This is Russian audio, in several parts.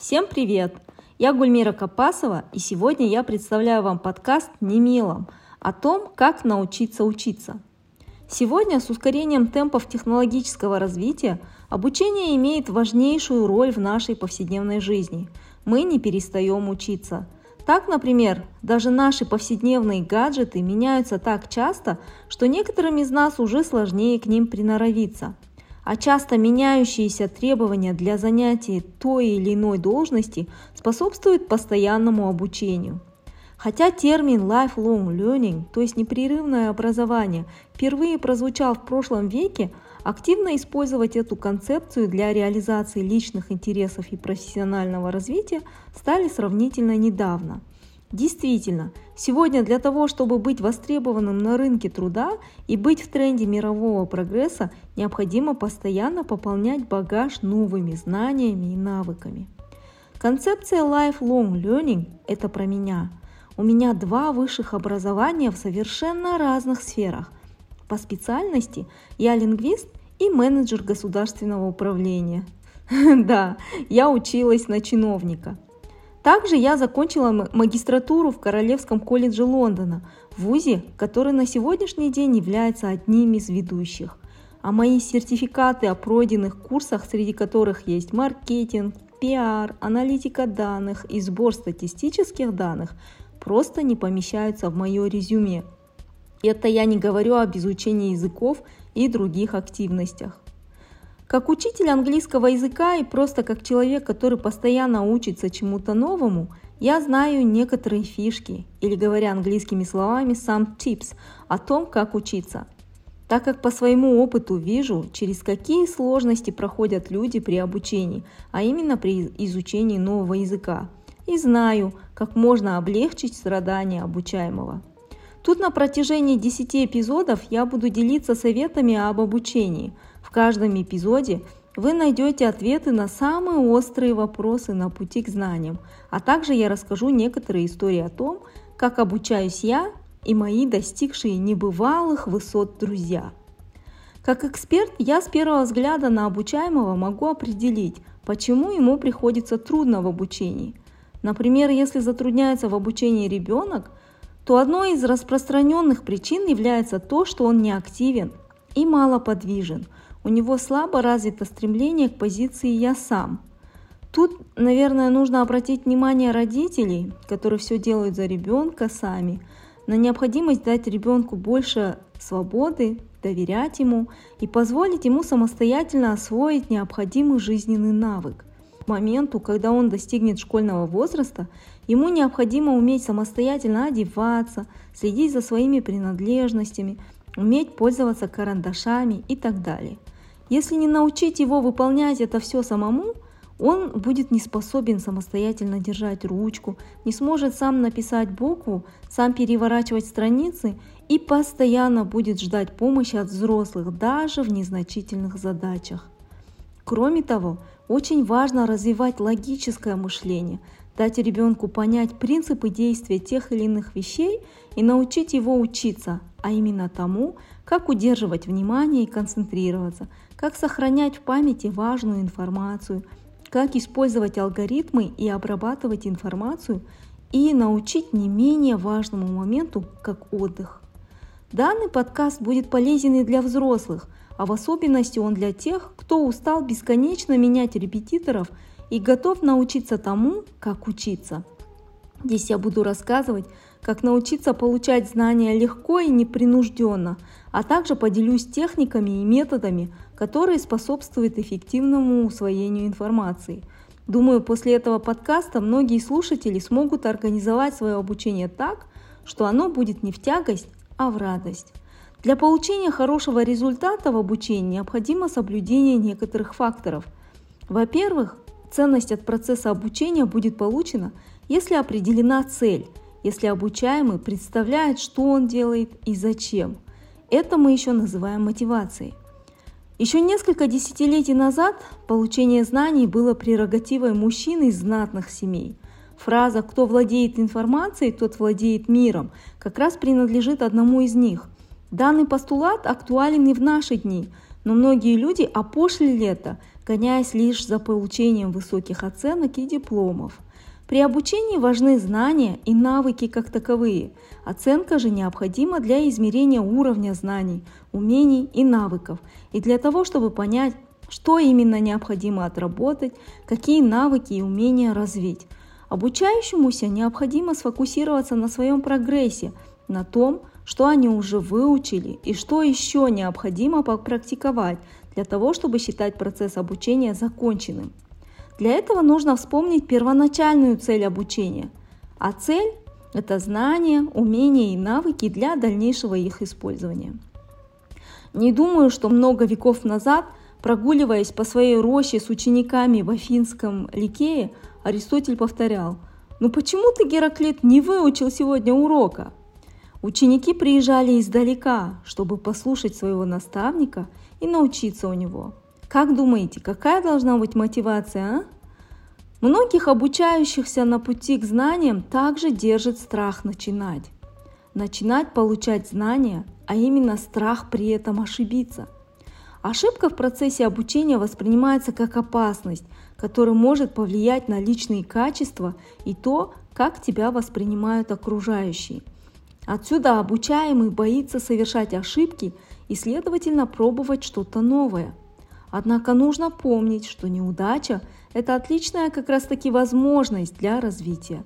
Всем привет! Я Гульмира Капасова, и сегодня я представляю вам подкаст «Немелом» о том, как научиться учиться. Сегодня с ускорением темпов технологического развития обучение имеет важнейшую роль в нашей повседневной жизни. Мы не перестаем учиться. Так, например, даже наши повседневные гаджеты меняются так часто, что некоторым из нас уже сложнее к ним приноровиться. А часто меняющиеся требования для занятия той или иной должности способствуют постоянному обучению. Хотя термин lifelong learning, то есть непрерывное образование, впервые прозвучал в прошлом веке, активно использовать эту концепцию для реализации личных интересов и профессионального развития стали сравнительно недавно. Действительно, сегодня для того, чтобы быть востребованным на рынке труда и быть в тренде мирового прогресса, необходимо постоянно пополнять багаж новыми знаниями и навыками. Концепция lifelong learning – это про меня. У меня 2 высших образования в совершенно разных сферах. По специальности я лингвист и менеджер государственного управления. Да, я училась на чиновника. Также я закончила магистратуру в Королевском колледже Лондона, вузе, который на сегодняшний день является одним из ведущих. А мои сертификаты о пройденных курсах, среди которых есть маркетинг, пиар, аналитика данных и сбор статистических данных, просто не помещаются в мое резюме. Это я не говорю об изучении языков и других активностях. Как учитель английского языка и просто как человек, который постоянно учится чему-то новому, я знаю некоторые фишки, или говоря английскими словами, some tips о том, как учиться. Так как по своему опыту вижу, через какие сложности проходят люди при обучении, а именно при изучении нового языка. И знаю, как можно облегчить страдания обучаемого. Тут на протяжении 10 эпизодов я буду делиться советами об обучении. В каждом эпизоде вы найдете ответы на самые острые вопросы на пути к знаниям, а также я расскажу некоторые истории о том, как обучаюсь я и мои достигшие небывалых высот друзья. Как эксперт, я с первого взгляда на обучаемого могу определить, почему ему приходится трудно в обучении. Например, если затрудняется в обучении ребенок, то одной из распространенных причин является то, что он неактивен и малоподвижен. У него слабо развито стремление к позиции «я сам». Тут, наверное, нужно обратить внимание родителей, которые все делают за ребенка сами, на необходимость дать ребенку больше свободы, доверять ему и позволить ему самостоятельно освоить необходимый жизненный навык. К моменту, когда он достигнет школьного возраста, ему необходимо уметь самостоятельно одеваться, следить за своими принадлежностями, уметь пользоваться карандашами и так далее. Если не научить его выполнять это все самому, он будет не способен самостоятельно держать ручку, не сможет сам написать букву, сам переворачивать страницы и постоянно будет ждать помощи от взрослых даже в незначительных задачах. Кроме того, очень важно развивать логическое мышление, дать ребенку понять принципы действия тех или иных вещей и научить его учиться, а именно тому, как удерживать внимание и концентрироваться, как сохранять в памяти важную информацию, как использовать алгоритмы и обрабатывать информацию и научить не менее важному моменту, как отдых. Данный подкаст будет полезен и для взрослых, а в особенности он для тех, кто устал бесконечно менять репетиторов и готов научиться тому, как учиться. Здесь я буду рассказывать, как научиться получать знания легко и непринужденно, а также поделюсь техниками и методами, которые способствуют эффективному усвоению информации. Думаю, после этого подкаста многие слушатели смогут организовать свое обучение так, что оно будет не в тягость, а в радость. Для получения хорошего результата в обучении необходимо соблюдение некоторых факторов. Во-первых, ценность от процесса обучения будет получена, если определена цель, если обучаемый представляет, что он делает и зачем. Это мы еще называем мотивацией. Еще несколько десятилетий назад получение знаний было прерогативой мужчин из знатных семей. Фраза «кто владеет информацией, тот владеет миром» как раз принадлежит одному из них. Данный постулат актуален и в наши дни. Но многие люди опошлили это, гоняясь лишь за получением высоких оценок и дипломов. При обучении важны знания и навыки как таковые. Оценка же необходима для измерения уровня знаний, умений и навыков, и для того, чтобы понять, что именно необходимо отработать, какие навыки и умения развить. Обучающемуся необходимо сфокусироваться на своем прогрессе, на том, что они уже выучили и что еще необходимо попрактиковать для того, чтобы считать процесс обучения законченным. Для этого нужно вспомнить первоначальную цель обучения. А цель – это знания, умения и навыки для дальнейшего их использования. Не думаю, что много веков назад, прогуливаясь по своей роще с учениками в Афинском Ликее, Аристотель повторял: «Ну почему ты, Гераклит, не выучил сегодня урока?» Ученики приезжали издалека, чтобы послушать своего наставника и научиться у него. Как думаете, какая должна быть мотивация, а? Многих обучающихся на пути к знаниям также держит страх начинать. Начинать получать знания, а именно страх при этом ошибиться. Ошибка в процессе обучения воспринимается как опасность, которая может повлиять на личные качества и то, как тебя воспринимают окружающие. Отсюда обучаемый боится совершать ошибки и, следовательно, пробовать что-то новое. Однако нужно помнить, что неудача – это отличная как раз-таки возможность для развития.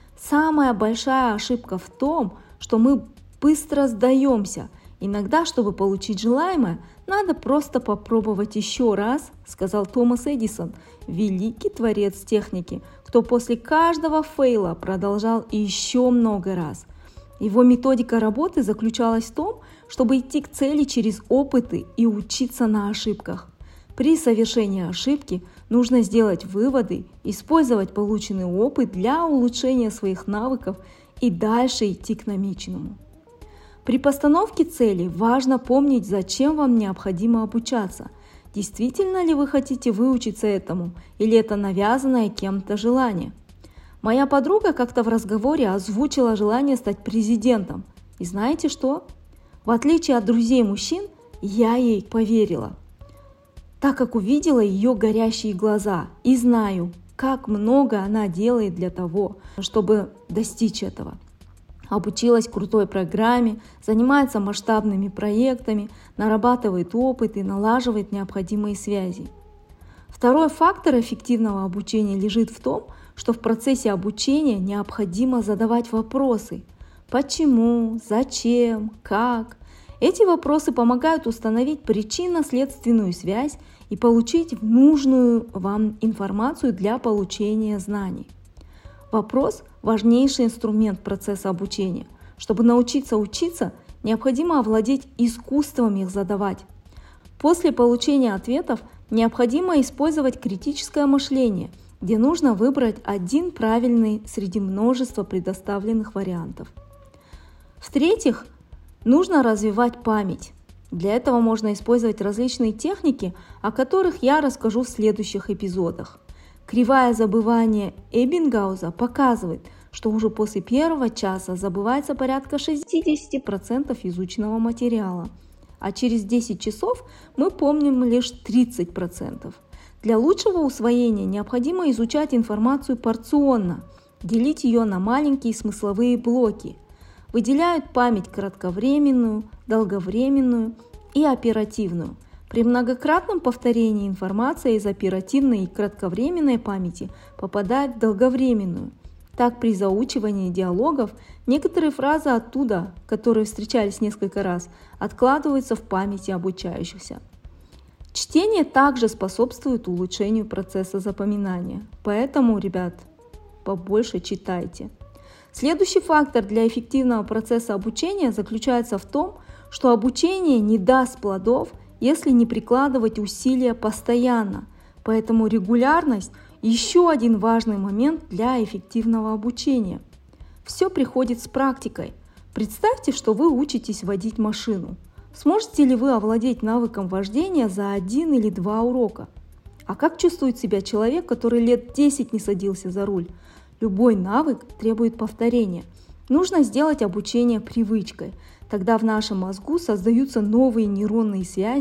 Самая большая ошибка в том, что мы быстро сдаемся. Иногда, чтобы получить желаемое, надо просто попробовать еще раз, сказал Томас Эдисон, великий творец техники, кто после каждого фейла продолжал еще много раз. Его методика работы заключалась в том, чтобы идти к цели через опыты и учиться на ошибках. При совершении ошибки нужно сделать выводы, использовать полученный опыт для улучшения своих навыков и дальше идти к намеченному. При постановке цели важно помнить, зачем вам необходимо обучаться. Действительно ли вы хотите выучиться этому, или это навязанное кем-то желание? Моя подруга как-то в разговоре озвучила желание стать президентом. И знаете что? В отличие от друзей мужчин, я ей поверила, так как увидела ее горящие глаза и знаю, как много она делает для того, чтобы достичь этого. Обучилась крутой программе, занимается масштабными проектами, нарабатывает опыт и налаживает необходимые связи. Второй фактор эффективного обучения лежит в том, что в процессе обучения необходимо задавать вопросы: почему, зачем, как. Эти вопросы помогают установить причинно-следственную связь и получить нужную вам информацию для получения знаний. Вопрос – важнейший инструмент процесса обучения. Чтобы научиться учиться, необходимо овладеть искусством их задавать. После получения ответов необходимо использовать критическое мышление, где нужно выбрать один правильный среди множества предоставленных вариантов. В-третьих, нужно развивать память. Для этого можно использовать различные техники, о которых я расскажу в следующих эпизодах. Кривая забывания Эббингауза показывает, что уже после первого часа забывается порядка 60% изученного материала, а через 10 часов мы помним лишь 30%. Для лучшего усвоения необходимо изучать информацию порционно, делить ее на маленькие смысловые блоки. Выделяют память кратковременную, долговременную и оперативную. При многократном повторении информация из оперативной и кратковременной памяти попадает в долговременную. Так, при заучивании диалогов некоторые фразы оттуда, которые встречались несколько раз, откладываются в памяти обучающихся. Чтение также способствует улучшению процесса запоминания. Поэтому, ребят, побольше читайте. Следующий фактор для эффективного процесса обучения заключается в том, что обучение не даст плодов, если не прикладывать усилия постоянно. Поэтому регулярность – еще один важный момент для эффективного обучения. Все приходит с практикой. Представьте, что вы учитесь водить машину. Сможете ли вы овладеть навыком вождения за 1 или 2 урока? А как чувствует себя человек, который лет 10 не садился за руль? Любой навык требует повторения. Нужно сделать обучение привычкой. Тогда в нашем мозгу создаются новые нейронные связи,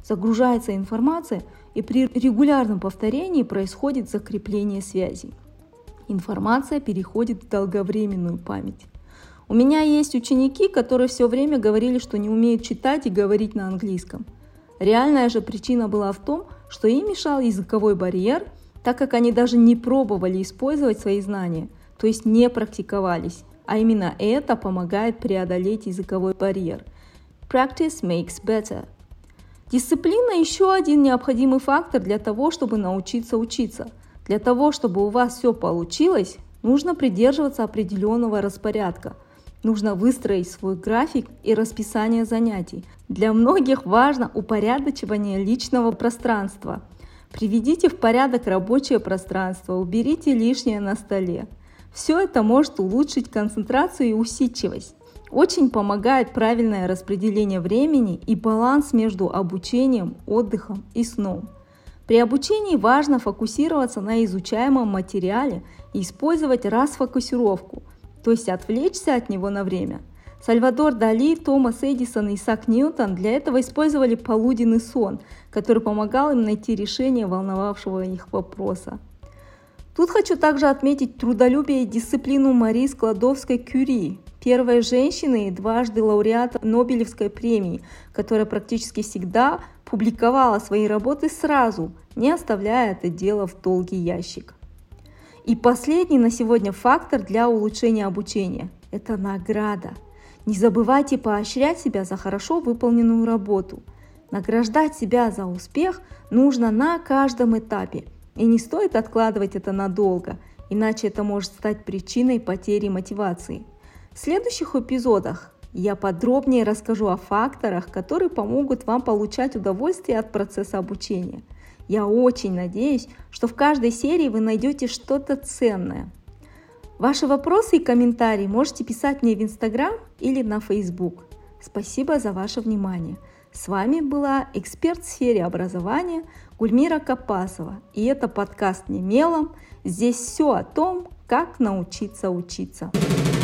загружается информация, и при регулярном повторении происходит закрепление связей. Информация переходит в долговременную память. У меня есть ученики, которые все время говорили, что не умеют читать и говорить на английском. Реальная же причина была в том, что им мешал языковой барьер, так как они даже не пробовали использовать свои знания, то есть не практиковались. А именно это помогает преодолеть языковой барьер. Practice makes better. Дисциплина – еще один необходимый фактор для того, чтобы научиться учиться. Для того, чтобы у вас все получилось, нужно придерживаться определенного распорядка. Нужно выстроить свой график и расписание занятий. Для многих важно упорядочивание личного пространства. Приведите в порядок рабочее пространство, уберите лишнее на столе. Все это может улучшить концентрацию и усидчивость. Очень помогает правильное распределение времени и баланс между обучением, отдыхом и сном. При обучении важно фокусироваться на изучаемом материале и использовать расфокусировку, то есть отвлечься от него на время. Сальвадор Дали, Томас Эдисон и Исаак Ньютон для этого использовали полуденный сон, который помогал им найти решение волновавшего их вопроса. Тут хочу также отметить трудолюбие и дисциплину Мари Складовской-Кюри, первой женщины и дважды лауреата Нобелевской премии, которая практически всегда публиковала свои работы сразу, не оставляя это дело в долгий ящик. И последний на сегодня фактор для улучшения обучения – это награда. Не забывайте поощрять себя за хорошо выполненную работу. Награждать себя за успех нужно на каждом этапе. И не стоит откладывать это надолго, иначе это может стать причиной потери мотивации. В следующих эпизодах я подробнее расскажу о факторах, которые помогут вам получать удовольствие от процесса обучения. Я очень надеюсь, что в каждой серии вы найдете что-то ценное. Ваши вопросы и комментарии можете писать мне в Instagram или на Facebook. Спасибо за ваше внимание. С вами была эксперт в сфере образования Гульмира Капасова. И это подкаст «Не мелом». Здесь все о том, как научиться учиться.